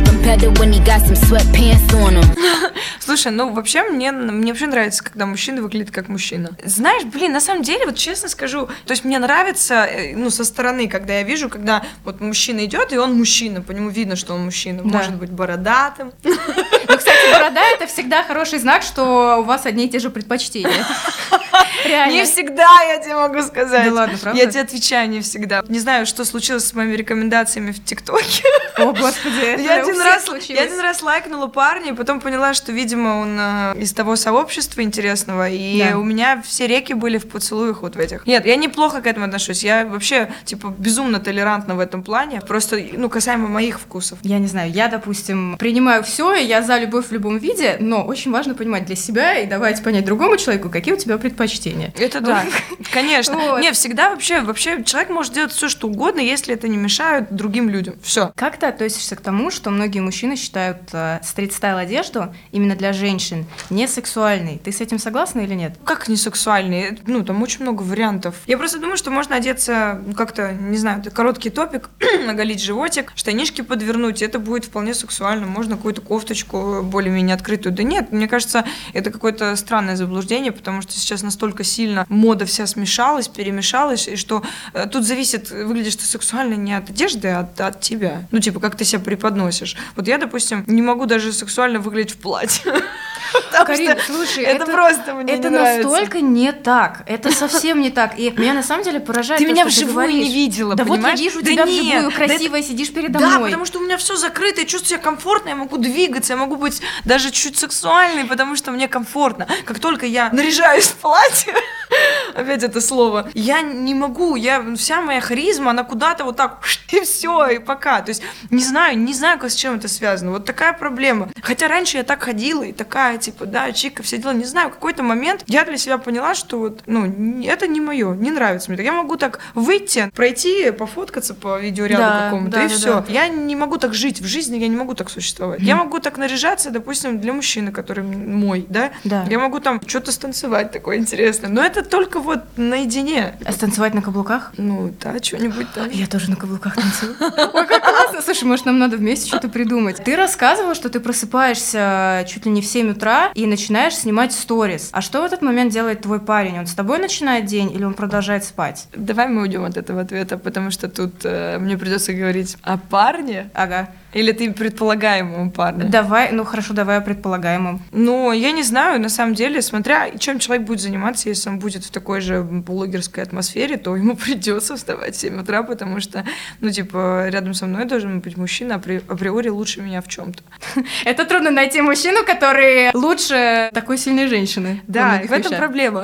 Слушай, ну, вообще, мне вообще нравится, когда мужчина выглядит как мужчина. Знаешь, блин, на самом деле, вот честно скажу, то есть мне нравится, ну, со стороны, когда я вижу, когда вот мужчина идет, и он мужчина, по нему видно, что он мужчина, Да. может быть, бородатым. Ну, кстати, борода — это всегда хороший знак, что у вас одни и те же предпочтения. Реально. Не всегда, я тебе могу сказать. Да ладно, правда? Я тебе отвечаю, не всегда. Не знаю, что случилось с моими рекомендациями в ТикТоке. О, господи, Я это у один всех раз случилось. лайкнула парня, и потом поняла, что, видимо, он из того сообщества интересного, и Да. у меня все реки были в поцелуях вот в этих. Нет, я неплохо к этому отношусь. Я вообще, типа, безумно толерантна в этом плане. Просто, ну, касаемо моих вкусов. Я не знаю, я, допустим, принимаю все, и я за любовь в любом виде, но очень важно понимать для себя и давать понять другому человеку, какие у тебя предпочтения. Это да, конечно. Вот. Не, всегда вообще человек может делать все, что угодно, если это не мешает другим людям. Все. Как ты относишься к тому, что многие мужчины считают стрит-стайл одежду именно для женщин не сексуальной? Ты с этим согласна или нет? Как не сексуальный? Ну, там очень много вариантов. Я просто думаю, что можно одеться, ну, как-то, не знаю, короткий топик, оголить животик, штанишки подвернуть, и это будет вполне сексуально. Можно какую-то кофточку более-менее открытую. Да нет, мне кажется, это какое-то странное заблуждение, потому что сейчас настолько сильно мода вся смешалась, перемешалась, и что тут зависит, выглядишь ты сексуально не от одежды, а от тебя. Ну, типа, как ты себя преподносишь. Вот я, допустим, не могу даже сексуально выглядеть в платье. Карин, слушай, это просто мне это не нравится. настолько не так. Это совсем не так. И меня на самом деле поражает Ты то, меня что вживую говоришь. не видела, Да понимаешь? вот я вижу Да тебя нет, вживую, да красивая, сидишь передо Да, мной. потому что у меня все закрыто, я чувствую себя комфортно, я могу двигаться, я могу быть даже чуть сексуальной, потому что мне комфортно. Как только я наряжаюсь в платье, опять это слово, я не могу, вся моя харизма, она куда-то вот так, и все, и пока. То есть не знаю, с чем это связано. Вот такая проблема. Хотя раньше я так ходила, и такая, типа, да, чика, все дела. Не знаю, в какой-то момент я для себя поняла, что вот, ну, это не мое, не нравится мне. Я могу так выйти, пройти, пофоткаться по видеоряду какому-то, да, и да, все. да. Я не могу так жить в жизни, я не могу так существовать. Я могу так наряжаться, допустим, для мужчины, который мой, да? Да. Я могу там что-то станцевать такое интересное. Но это только вот наедине. А станцевать на каблуках? Ну, да, что-нибудь там. Я тоже на каблуках танцую. Ой, как классно. Слушай, может, нам надо вместе что-то придумать. Ты рассказывала, что ты просыпаешься чуть ли не в 7 утра и начинаешь снимать сторис. А что в этот момент делает твой парень? Он с тобой начинает день или он продолжает спать? Давай мы уйдем от этого ответа, потому что тут мне придется говорить о парне. Ага. Или ты предполагаемому парню? Давай, ну хорошо, давай о предполагаемом. Ну, я не знаю, на самом деле, смотря чем человек будет заниматься, если он будет в такой же блогерской атмосфере, то ему придется вставать в 7 утра, потому что, ну, типа, рядом со мной должен быть мужчина априори лучше меня в чем-то. Это трудно найти мужчину, который лучше такой сильной женщины. Да, и в этом проблема.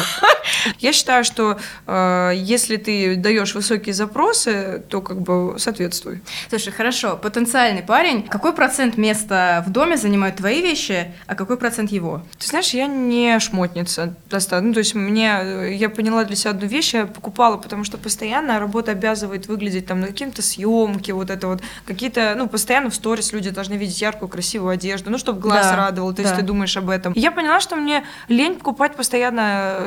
Я считаю, что если ты даешь высокие запросы, то как бы соответствуй. Слушай, хорошо, потенциальный парень, какой процент места в доме занимают твои вещи, а какой процент его? Ты знаешь, я не шмотница достаточно. Ну, то есть я поняла для себя одну вещь, я покупала, потому что постоянно работа обязывает выглядеть там на какие-то съемки, вот это вот, какие-то, ну, постоянно в сторис люди должны видеть яркую, красивую одежду, ну, чтобы глаз радовал, то есть ты думаешь об этом. И я поняла, что мне лень покупать постоянно разную одежду,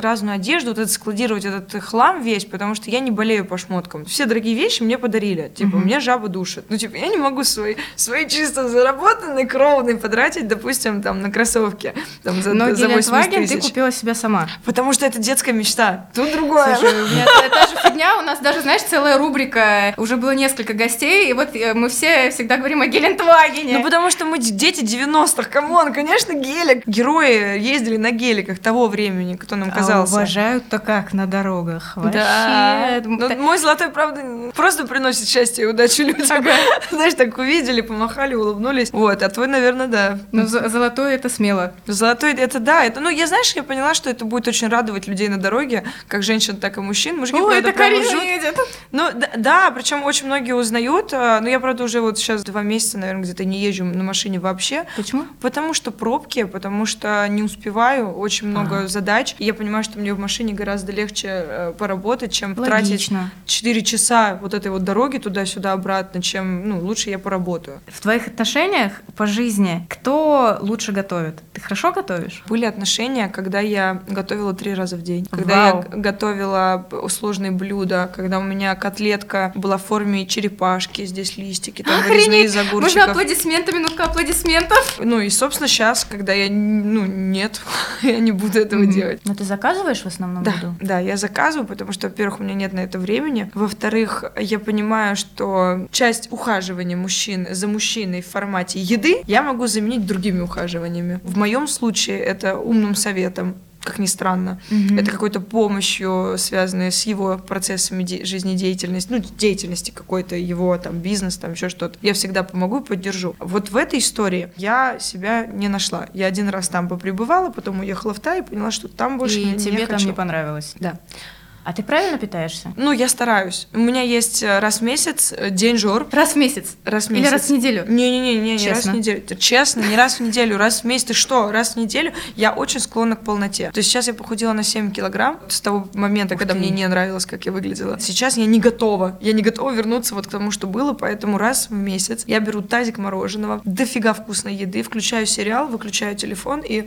одежду, вот это складировать этот хлам весь, потому что я не болею по шмоткам. Все дорогие вещи мне подарили. Типа, мне жаба душит. Ну, типа, я не могу свои чисто заработанные, кровные потратить, допустим, там, на кроссовки. Там, за Но 80 Гелендваген ты тысяч. купила себе сама. Потому что это детская мечта. Тут другое. Слушай, у меня та же фигня, у нас даже, знаешь, целая рубрика, уже было несколько гостей, и вот мы все всегда говорим о Гелендвагене. Ну, потому что мы дети 90-х, камон, конечно, гелик. Герои ездили на геликах того времени, кто нам казался. А уважают-то как на дорогах? Вообще. Да. Ну, мой золотой, правда, просто приносит счастье и удачу людям. Знаешь, так увидели, помахали, улыбнулись. Вот, а твой, наверное, да. Ну, золотой — это смело. Золотой, это да, это, ну, я поняла, что это будет очень радовать людей на дороге, как женщин, так и мужчин. Мужики, Ой, правда, это прям Карина жут. едет. Ну, да, причем очень многие узнают, но я, правда, уже вот сейчас 2 месяца, наверное, где-то не езжу на машине вообще. Почему? Потому что пробки, потому что не успеваю, очень много задач, и я понимаю, что мне в машине гораздо легче поработать, чем тратить 4 часа вот этой вот дороги туда-сюда обратно, чем, ну, лучше я поработаю. В твоих отношениях по жизни кто лучше готовит? Ты хорошо готовишь? Были отношения, когда я готовила 3 раза в день, когда я готовила сложные блюда, когда у меня котлетка была в форме черепашки, здесь листики, там вырезные из огурчиков. Можно аплодисменты, минутка аплодисментов. Ну и, собственно, сейчас, когда я, нет, я не буду этого делать. Но ты заказываешь в основном еду? Да, я заказываю, потому что, во-первых, у меня нет на это времени. Во-вторых, я понимаю, что часть ухаживания мужчин за мужчиной в формате еды я могу заменить другими ухаживаниями. В моем случае это умным советом, как ни странно. Это какой-то помощью, связанной с его процессами жизнедеятельности, ну, деятельности какой-то, его там бизнес, там еще что-то. Я всегда помогу и поддержу. Вот в этой истории я себя не нашла. Я 1 раз там попребывала, потом уехала в Тай и поняла, что там больше не хочу. И тебе там не понравилось? Да. А ты правильно питаешься? Ну, я стараюсь. У меня есть раз в месяц день жор. Раз в месяц? Раз в месяц. Или раз в неделю? Не раз в неделю. Честно, не раз в неделю, раз в месяц. Ты что? Раз в неделю я очень склонна к полноте. То есть сейчас я похудела на 7 килограмм с того момента, когда мне не нравилось, как я выглядела. Сейчас я не готова. Я не готова вернуться вот к тому, что было, поэтому раз в месяц я беру тазик мороженого, дофига вкусной еды, включаю сериал, выключаю телефон и...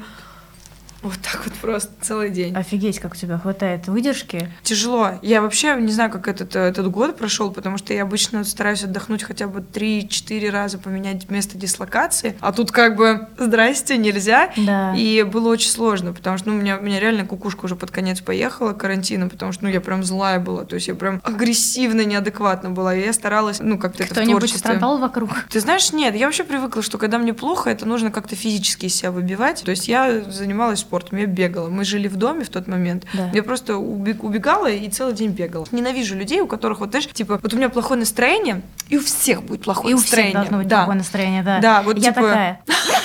Вот так вот просто целый день. Офигеть, как у тебя хватает выдержки. Тяжело. Я вообще не знаю, как этот год прошел, потому что я обычно стараюсь отдохнуть хотя бы 3-4 раза, поменять место дислокации. А тут как бы здрасте, нельзя. Да. И было очень сложно, потому что у меня реально кукушка уже под конец поехала карантина, потому что я прям злая была, то есть я прям агрессивно, неадекватно была. И я старалась, как-то это в Кто-нибудь творчестве. страдал вокруг? Ты знаешь, нет, я вообще привыкла, что когда мне плохо, это нужно как-то физически из себя выбивать. То есть я занималась спортом, я бегала. Мы жили в доме в тот момент. Да. Я просто убегала и целый день бегала. Ненавижу людей, у которых, вот знаешь, типа, вот у меня плохое настроение, и у всех будет плохое настроение. И у всех должно быть плохое настроение, да. Да, вот я типа... такая.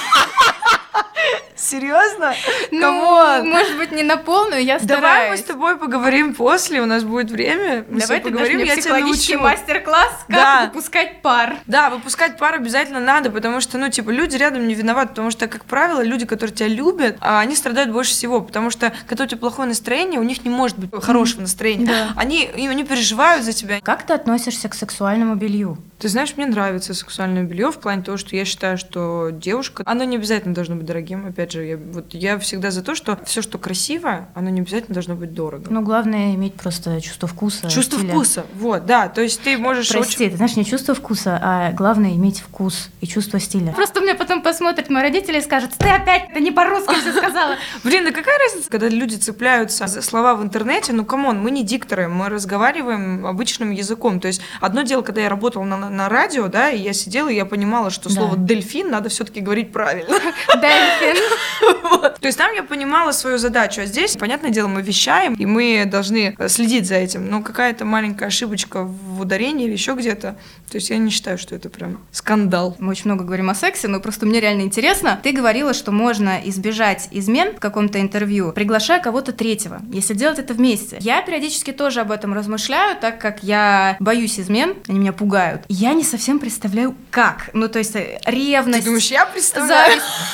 Серьезно? Ну, может быть, не на полную, я стараюсь. Давай мы с тобой поговорим после, у нас будет время. Мы Давай ты поговорим, дашь мне я тебя психологический научу. мастер-класс, как выпускать пар. Да, выпускать пар обязательно надо, потому что, люди рядом не виноваты, потому что, как правило, люди, которые тебя любят, они страдают больше всего, потому что, когда у тебя плохое настроение, у них не может быть хорошего настроения. Да. Они переживают за тебя. Как ты относишься к сексуальному белью? Ты знаешь, мне нравится сексуальное белье в плане того, что я считаю, что девушка, оно не обязательно должно быть дорогим. Опять же, я всегда за то, что все, что красиво, оно не обязательно должно быть дорого. Ну, главное иметь просто чувство вкуса. Чувство вкуса, вот, да. То есть ты можешь... Прости, ты знаешь, не чувство вкуса, а главное иметь вкус и чувство стиля. Просто у меня потом посмотрят мои родители и скажут: ты опять это не по-русски все сказала. Блин, да какая разница, когда люди цепляются за слова в интернете, камон, мы не дикторы, мы разговариваем обычным языком. То есть одно дело, когда я работала на радио, да, и я сидела, и я понимала, что слово «дельфин» надо все-таки говорить правильно. Дельфин. То есть там я понимала свою задачу, а здесь, понятное дело, мы вещаем, и мы должны следить за этим. Но какая-то маленькая ошибочка в ударении или еще где-то, то есть я не считаю, что это прям скандал. Мы очень много говорим о сексе, но просто мне реально интересно. Ты говорила, что можно избежать измен в каком-то интервью, приглашая кого-то третьего, если делать это вместе. Я периодически тоже об этом размышляю, так как я боюсь измен, они меня пугают. Я не совсем представляю, как. Ну, то есть ревность... Ты думаешь, я представляю? Зависть.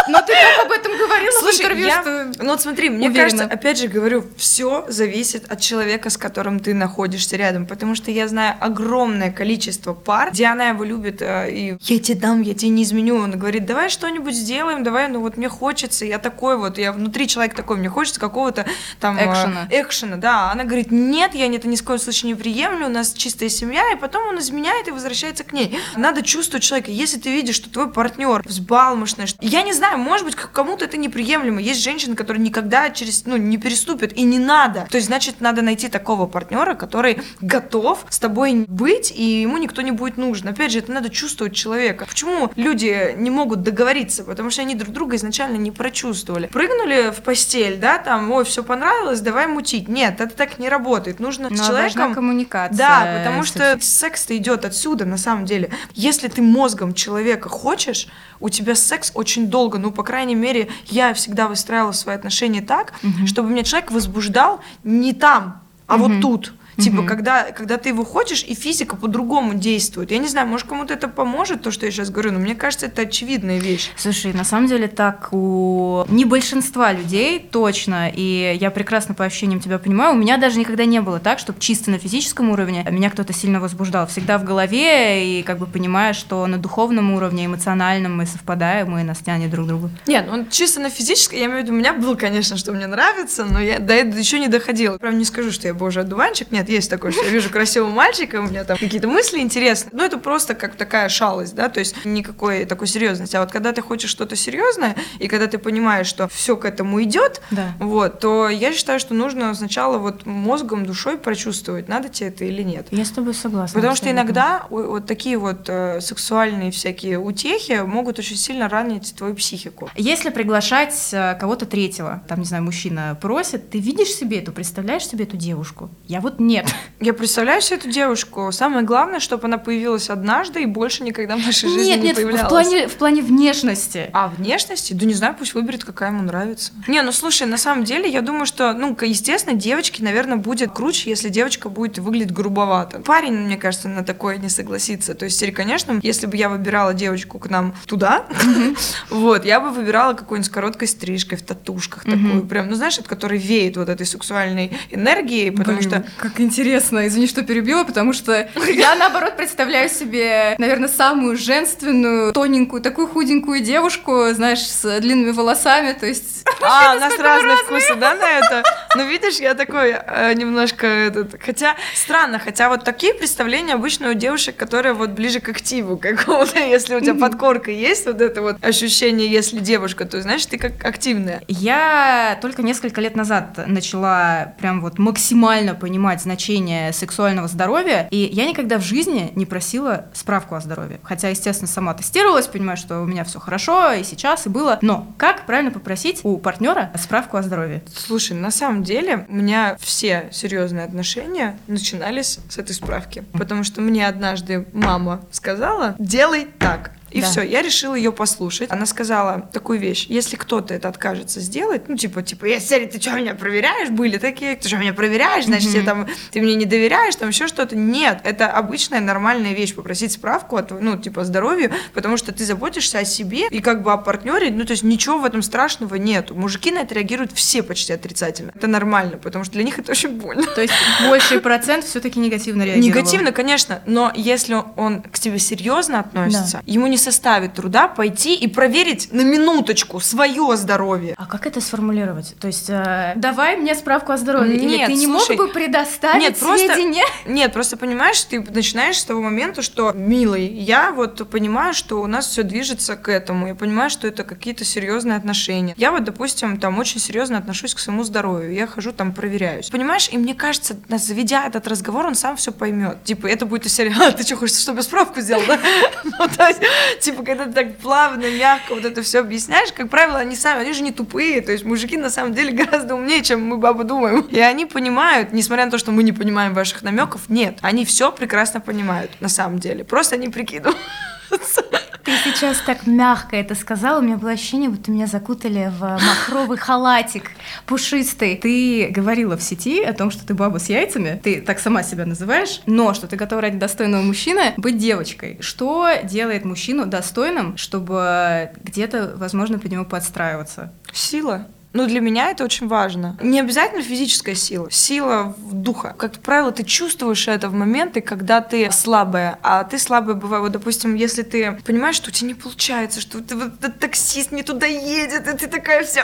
Но ты так об этом говорила в Слушай, интервью, ну вот смотри, мне уверена. кажется, опять же говорю, все зависит от человека, с которым ты находишься рядом, потому что я знаю огромное количество пар, где она его любит, и я тебе дам, я тебе не изменю, он говорит, давай что-нибудь сделаем, давай, ну вот мне хочется, я такой вот, я внутри человек такой, мне хочется какого-то там экшена, да, она говорит, нет, я это ни в коем случае не приемлю, у нас чистая семья, и потом он изменяет и возвращается к ней. Надо чувствовать человека, если ты видишь, что твой партнер взбалмошный, я не знаю, может быть, кому-то это неприемлемо, есть женщины, которые никогда не переступят, и не надо, то есть, значит, надо найти такого партнера, который готов с тобой быть, и ему никто не будет нужен. Опять же, это надо чувствовать человека. Почему люди не могут договориться? Потому что они друг друга изначально не прочувствовали. Прыгнули в постель, да, там, ой, все понравилось, давай мутить. Нет, это так не работает. Нужно с человеком... Важна коммуникация. Да, потому что секс-то идет отсюда, на самом деле. Если ты мозгом человека хочешь, у тебя секс очень долго, ну, по крайней мере, я всегда выстраивала свои отношения так, чтобы меня человек возбуждал не там, а вот тут. Типа, когда ты его хочешь, и физика по-другому действует. Я не знаю, может, кому-то это поможет, то, что я сейчас говорю, но мне кажется, это очевидная вещь. Слушай, на самом деле так у не большинства людей точно, и я прекрасно по ощущениям тебя понимаю, у меня даже никогда не было так, чтобы чисто на физическом уровне меня кто-то сильно возбуждал. Всегда в голове, и как бы понимая, что на духовном уровне, эмоциональном мы совпадаем, и нас тянет друг к другу. Нет, ну чисто на физическом, я имею в виду, у меня был, конечно, что мне нравится, но я до этого еще не доходила. Прям не скажу, что я божий одуванчик, нет, есть такое, что я вижу красивого мальчика, у меня там какие-то мысли интересные, но это просто как такая шалость, да, то есть никакой такой серьезности. А вот когда ты хочешь что-то серьезное, и когда ты понимаешь, что все к этому идет, да. Вот, то я считаю, что нужно сначала вот мозгом, душой прочувствовать, надо тебе это или нет. Я с тобой согласна. Потому что иногда вот такие вот сексуальные всякие утехи могут очень сильно ранить твою психику. Если приглашать кого-то третьего, там, не знаю, мужчина просит, ты видишь себе эту, представляешь себе эту девушку? Я вот нет. Я представляю себе эту девушку. Самое главное, чтобы она появилась однажды и больше никогда в нашей жизни не появлялась. Нет, в плане внешности. А внешности? Да не знаю, пусть выберет, какая ему нравится. Не, ну слушай, на самом деле, я думаю, что, естественно, девочке, наверное, будет круче, если девочка будет выглядеть грубовато. Парень, мне кажется, на такое не согласится. То есть, конечно, если бы я выбирала девочку к нам туда, вот, я бы выбирала какую-нибудь с короткой стрижкой, в татушках такую, прям, знаешь, от которой веет вот этой сексуальной энергией, потому что... Как интересно, извини, что перебила, потому что я, наоборот, представляю себе, наверное, самую женственную, тоненькую, такую худенькую девушку, знаешь, с длинными волосами, то есть... у нас разные вкусы, да, на это? Ну, видишь, я такой немножко... Хотя, странно, хотя вот такие представления обычно у девушек, которые вот ближе к активу какому-то, если у тебя подкорка есть, вот это вот ощущение, если девушка, то, знаешь, ты как активная. Я только несколько лет назад начала прям вот максимально понимать значение сексуального здоровья, и я никогда в жизни не просила справку о здоровье. Хотя, естественно, сама тестировалась, понимаю, что у меня все хорошо, и сейчас, и было. Но как правильно попросить у партнера справку о здоровье? Слушай, на самом деле, у меня все серьезные отношения начинались с этой справки. Потому что мне однажды мама сказала: делай так. И все, я решила ее послушать. Она сказала такую вещь: если кто-то это откажется сделать, типа, если ты что, меня проверяешь? Были такие, ты что, меня проверяешь? Значит, ты мне не доверяешь, там еще что-то. Нет, это обычная нормальная вещь, попросить справку о здоровью, потому что ты заботишься о себе и как бы о партнере, то есть ничего в этом страшного нету. Мужики на это реагируют все почти отрицательно. Это нормально, потому что для них это очень больно. То есть больший процент все-таки негативно реагировал? Негативно, конечно, но если он к тебе серьезно относится, ему не составит труда пойти и проверить на минуточку свое здоровье. А как это сформулировать? То есть, давай мне справку о здоровье. Нет, или ты не слушай, мог бы предоставить сведения? Нет, просто понимаешь, ты начинаешь с того момента, что, милый, я вот понимаю, что у нас все движется к этому, я понимаю, что это какие-то серьезные отношения. Я вот, допустим, там очень серьезно отношусь к своему здоровью, я хожу там проверяюсь. Понимаешь, и мне кажется, заведя этот разговор, он сам все поймет. Типа, это будет из серии: ты что, хочешь, чтобы я справку сделал, да? То есть, типа, когда ты так плавно, мягко вот это все объясняешь, как правило, они же не тупые, то есть мужики на самом деле гораздо умнее, чем мы, бабы, думаем. И они понимают, несмотря на то, что мы не понимаем ваших намеков, нет, они все прекрасно понимают на самом деле, просто они прикидывают. Ты сейчас так мягко это сказала, у меня было ощущение, будто меня закутали в махровый халатик пушистый. Ты говорила в сети о том, что ты баба с яйцами, ты так сама себя называешь, но что ты готова ради достойного мужчины быть девочкой. Что делает мужчину достойным, чтобы где-то, возможно, под него подстраиваться? Сила. Ну, для меня это очень важно. Не обязательно физическая сила, сила духа. Как правило, ты чувствуешь это в моменты, когда ты слабая. А ты слабая бывает, вот, допустим, если ты понимаешь, что у тебя не получается, что ты, вот, этот таксист не туда едет, и ты такая вся...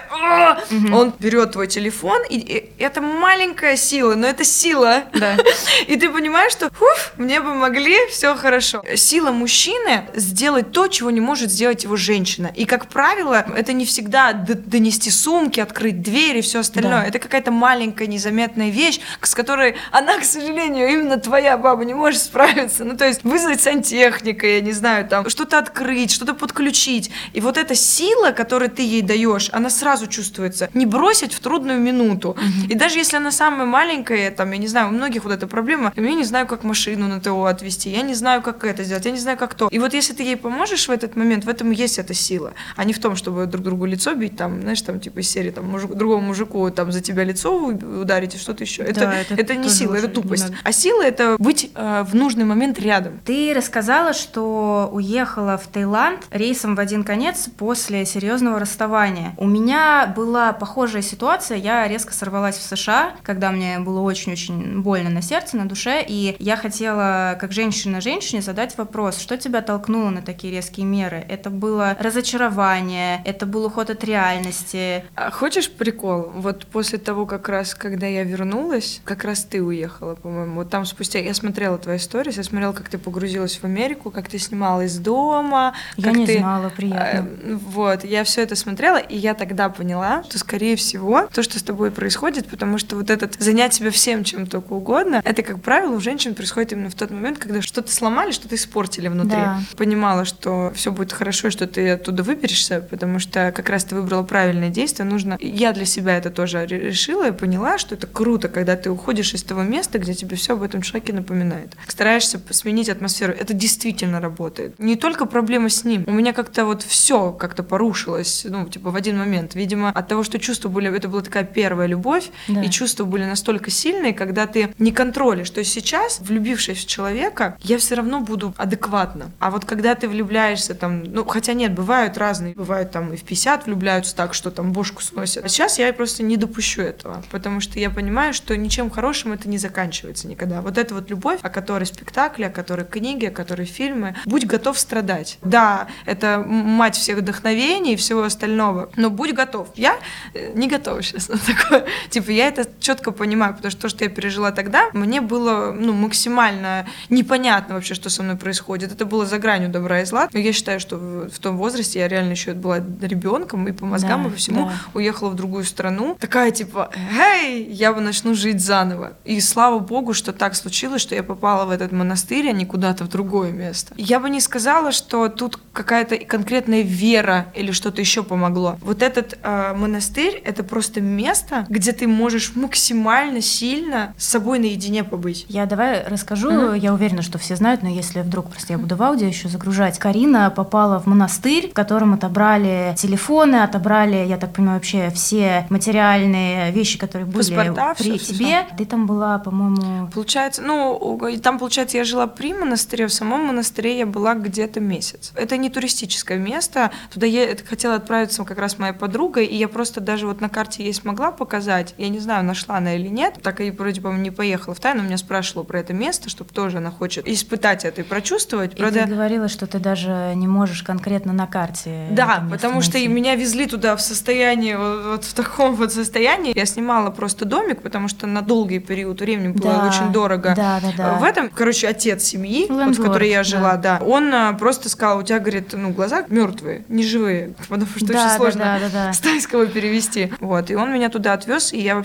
Он берет твой телефон, и это маленькая сила, но это сила. Да. И ты понимаешь, что мне бы могли, все хорошо. Сила мужчины сделать то, чего не может сделать его женщина. И, как правило, это не всегда донести сумки, открыть дверь и все остальное. Да. Это какая-то маленькая незаметная вещь, с которой она, к сожалению, именно твоя баба не может справиться. Ну, то есть вызвать сантехника, я не знаю, там, что-то открыть, что-то подключить. И вот эта сила, которую ты ей даешь, она сразу чувствуется. Не бросить в трудную минуту. И даже если она самая маленькая, там, я не знаю, у многих вот эта проблема, я не знаю, как машину на ТО отвезти, я не знаю, как это сделать, я не знаю, как то. И вот если ты ей поможешь в этот момент, в этом и есть эта сила, а не в том, чтобы друг другу лицо бить, там, знаешь, там, типа, из серии, там, другому мужику там за тебя лицо ударить и что-то еще. Да, это не сила, это тупость. А сила — это быть в нужный момент рядом. Ты рассказала, что уехала в Таиланд рейсом в один конец после серьезного расставания. У меня была похожая ситуация. Я резко сорвалась в США, когда мне было очень-очень больно на сердце, на душе, и я хотела, как женщина женщине, задать вопрос, что тебя толкнуло на такие резкие меры? Это было разочарование, это был уход от реальности. Хочешь прикол? Вот после того, как раз, когда я вернулась, как раз ты уехала, по-моему. Вот там спустя... Я смотрела твои сторис, я смотрела, как ты погрузилась в Америку, как ты снимала из дома. Я не знала, приятно. Вот, я все это смотрела, и я тогда поняла, что, скорее всего, то, что с тобой происходит, потому что вот этот занять себя всем, чем только угодно, это, как правило, у женщин происходит именно в тот момент, когда что-то сломали, что-то испортили внутри. Да. Понимала, что все будет хорошо, что ты оттуда выберешься, потому что как раз ты выбрала правильное действие, нужно... Я для себя это тоже решила и поняла, что это круто, когда ты уходишь из того места, где тебе все об этом человеке напоминает. Стараешься сменить атмосферу. Это действительно работает. Не только проблема с ним. У меня как-то вот все как-то порушилось, ну, типа в один момент. Видимо, от того, что чувства были... Это была такая первая любовь, да. И чувства были настолько сильные, когда ты не контролишь. То есть сейчас, влюбившись в человека, я все равно буду адекватна. А вот когда ты влюбляешься там... Ну, хотя нет, бывают разные. Бывают там и в 50 влюбляются так, что там бошку сносят. А сейчас я просто не допущу этого, потому что я понимаю, что ничем хорошим это не заканчивается никогда. Вот эта вот любовь, о которой спектакли, о которой книги, о которой фильмы, будь готов страдать. Да, это мать всех вдохновений и всего остального, но будь готов. Я не готова сейчас на такое. Типа, я это четко понимаю, потому что то, что я пережила тогда, мне было, ну, максимально непонятно вообще, что со мной происходит. Это было за гранью добра и зла. Но я считаю, что в том возрасте я реально еще была ребенком и по мозгам, да, и по всему, да. Уехала в другую страну. Такая, типа, эй, я начну жить заново. И слава богу, что так случилось, что я попала в этот монастырь, а не куда-то в другое место. Я бы не сказала, что тут какая-то конкретная вера или что-то еще помогло. Вот этот монастырь — это просто место, где ты можешь максимально сильно с собой наедине побыть. Я давай расскажу, я уверена, что все знают, но если вдруг просто я буду в аудио еще загружать. Карина попала в монастырь, в котором отобрали телефоны, отобрали, я так понимаю, вообще все материальные вещи, которые были паспорта, при тебе. Ты там была, по-моему... Получается, там, получается, я жила при монастыре, в самом монастыре я была где-то месяц. Это не туристическое место, туда я хотела отправиться как раз моя подруга, и я просто даже вот на карте ей смогла показать, я не знаю, нашла она или нет, так и вроде бы не поехала в Тайну, меня спрашивала про это место, чтобы тоже она хочет испытать это и прочувствовать. И правда... ты говорила, что ты даже не можешь конкретно на карте. Да, потому что меня везли туда в состоянии, вот в таком вот состоянии. Я снимала просто домик, потому что на долгий период времени было очень дорого. Да. В этом, короче, отец семьи, вот, в которой я жила, да, он просто сказал, у тебя, говорит, глаза мертвые, не живые, потому что очень сложно с тайского перевести. Вот, и он меня туда отвез, и я вообще не знаю,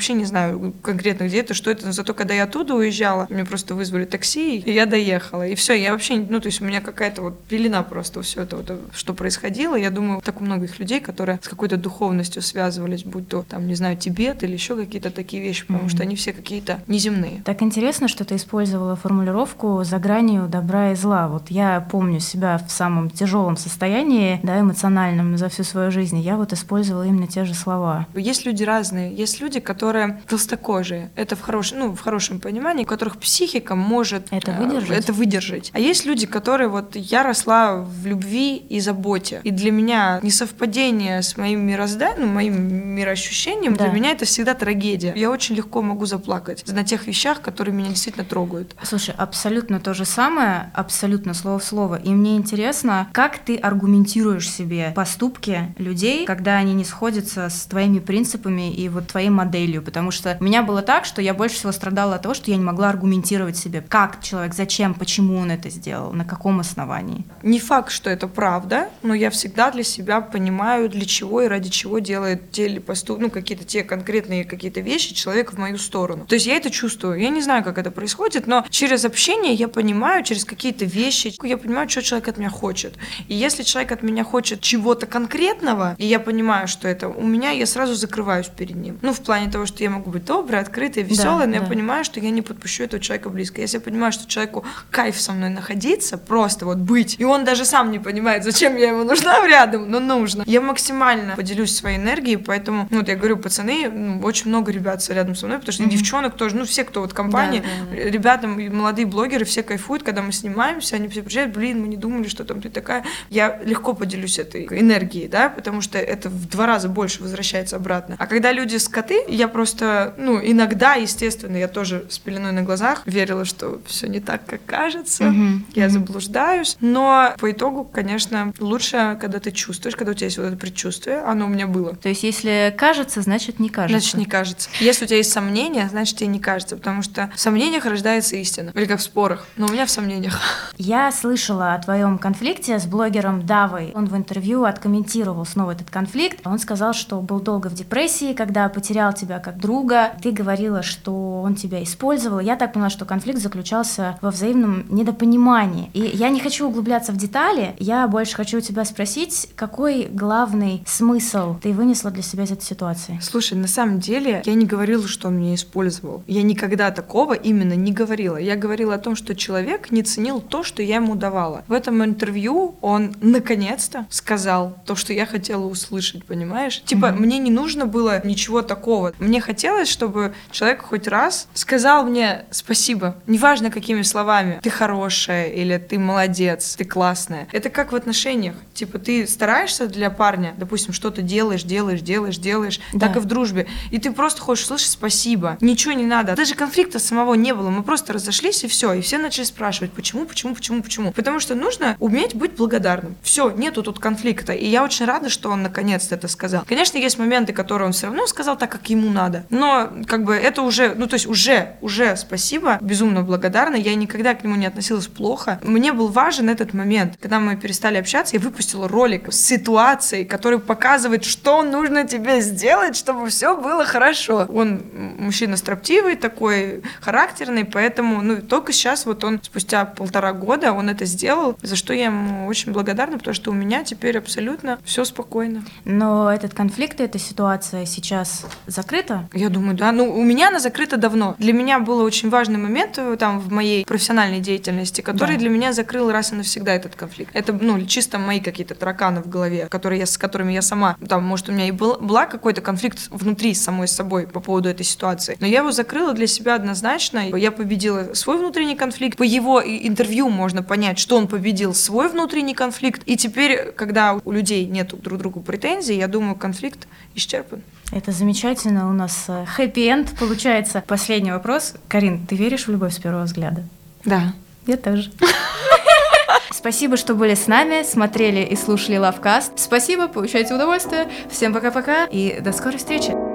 знаю конкретно где это, что это, но зато когда я оттуда уезжала, мне просто вызвали такси, и я доехала. И все, я вообще, то есть у меня какая-то вот пелена просто все это, вот, что происходило. Я думаю, так у многих людей, которые с какой-то духовностью связывались, будь то, там, не знаю, Тибет или еще какие-то такие вещи, потому что они все какие-то неземные. Так интересно, что ты использовала формулировку «за гранью добра и зла». Вот я помню себя в самом тяжелом состоянии, да, эмоциональном за всю свою жизнь. Я вот использовала именно те же слова. Есть люди разные. Есть люди, которые толстокожие. Это в хорошем понимании, у которых психика может Это выдержать. А есть люди, которые вот я росла в любви и заботе. И для меня несовпадение с моим мирозданием, моим мироощущением, для меня это всегда трагедия. Я очень легко могу заплакать на тех вещах, которые меня действительно трогают. Слушай, абсолютно то же самое, абсолютно слово в слово. И мне интересно, как ты аргументируешь себе поступки людей, когда они не сходятся с твоими принципами и вот твоей моделью. Потому что у меня было так, что я больше всего страдала от того, что я не могла аргументировать себе, как человек, зачем, почему он это сделал, на каком основании. Не факт, что это правда, но я всегда для себя понимаю, для чего и ради чего делает те или какие-то те конкретные какие-то вещи человек в мою сторону. То есть я это чувствую. Я не знаю, как это происходит, но через общение я понимаю, через какие-то вещи, я понимаю, что человек от меня хочет. И если человек от меня хочет чего-то конкретного, и я понимаю, что это у меня, я сразу закрываюсь перед ним. В плане того, что я могу быть доброй, открытой, веселой, но я понимаю, что я не подпущу этого человека близко. Если я понимаю, что человеку кайф со мной находиться, просто вот быть, и он даже сам не понимает, зачем я ему нужна рядом, но нужно. Я максимально поделюсь своей энергией, поэтому, я говорю, пацаны, очень много ребят рядом со мной, потому что девчонок тоже, все, кто вот в компании, ребята, молодые блогеры, все кайфуют, когда мы снимаемся, они все приезжают, мы не думали, что там ты такая. Я легко поделюсь этой энергией, да, потому что это в 2 раза больше возвращается обратно. А когда люди скоты, я просто, иногда, естественно, я тоже с пеленой на глазах верила, что все не так, как кажется, я заблуждаюсь, но по итогу, конечно, лучше, когда ты чувствуешь, когда у тебя есть вот это предчувствие, оно у меня было. То есть если кажется, значит не кажется. Значит не кажется. Если у тебя есть сомнения, значит тебе не кажется, потому что в сомнениях рождается истина. Или как в спорах, но у меня в сомнениях. Я слышала о твоем конфликте с блогером Давой. Он в интервью откомментировал снова этот конфликт. Он сказал, что был долго в депрессии, когда потерял тебя как друга. Ты говорила, что он тебя использовал. Я так поняла, что конфликт заключался во взаимном недопонимании. И я не хочу углубляться в детали. Я больше хочу у тебя спросить, какой главный смысл ты вынесла для себя из этой ситуации? Слушай, на самом деле я не говорила, что он меня использовал. Я никогда такого именно не говорила. Я говорила о том, что человек не ценил то, что я ему давала. В этом интервью он наконец-то сказал то, что я хотела услышать, понимаешь? Мне не нужно было ничего такого. Мне хотелось, чтобы человек хоть раз сказал мне спасибо. Неважно, какими словами. Ты хорошая или ты молодец, ты классная. Это как в отношениях. Ты стараешься для парня, допустим, что-то делаешь, так и в дружбе. И ты просто хочешь услышать спасибо. Ничего не надо. Даже конфликта самого не было. Мы просто разошлись, и все. И все начали спрашивать, почему. Потому что нужно уметь быть благодарным. Все, нету тут конфликта. И я очень рада, что он наконец-то это сказал. Конечно, есть моменты, которые он все равно сказал так, как ему надо. Но это уже, уже спасибо. Безумно благодарна. Я никогда к нему не относилась плохо. Мне был важен этот момент. Когда мы перестали общаться, я выпустила ролик с ситуацией, который показывает, что нужно тебе сделать, чтобы все было хорошо. Он мужчина строптивый, такой характерный, поэтому, только сейчас он спустя 1,5 года он это сделал, за что я ему очень благодарна, потому что у меня теперь абсолютно все спокойно. Но этот конфликт, эта ситуация сейчас закрыта? Я думаю, да. У меня она закрыта давно. Для меня был очень важный момент в моей профессиональной деятельности, который для меня закрыл раз и навсегда этот конфликт. Это, чисто мои какие-то тараканы в голове, с которыми я сама, может, у меня и была какой-то конфликт внутри самой с собой по поводу этой ситуации. Но я его закрыла для себя однозначно. Я победила свой внутренний конфликт. По его интервью можно понять, что он победил свой внутренний конфликт. И теперь, когда у людей нет друг к другу претензий, я думаю, конфликт исчерпан. Это замечательно. У нас хэппи-энд получается. Последний вопрос. Карин, ты веришь в любовь с первого взгляда? Да. Я тоже. Спасибо, что были с нами, смотрели и слушали Лавкаст. Спасибо, получайте удовольствие. Всем пока-пока и до скорой встречи.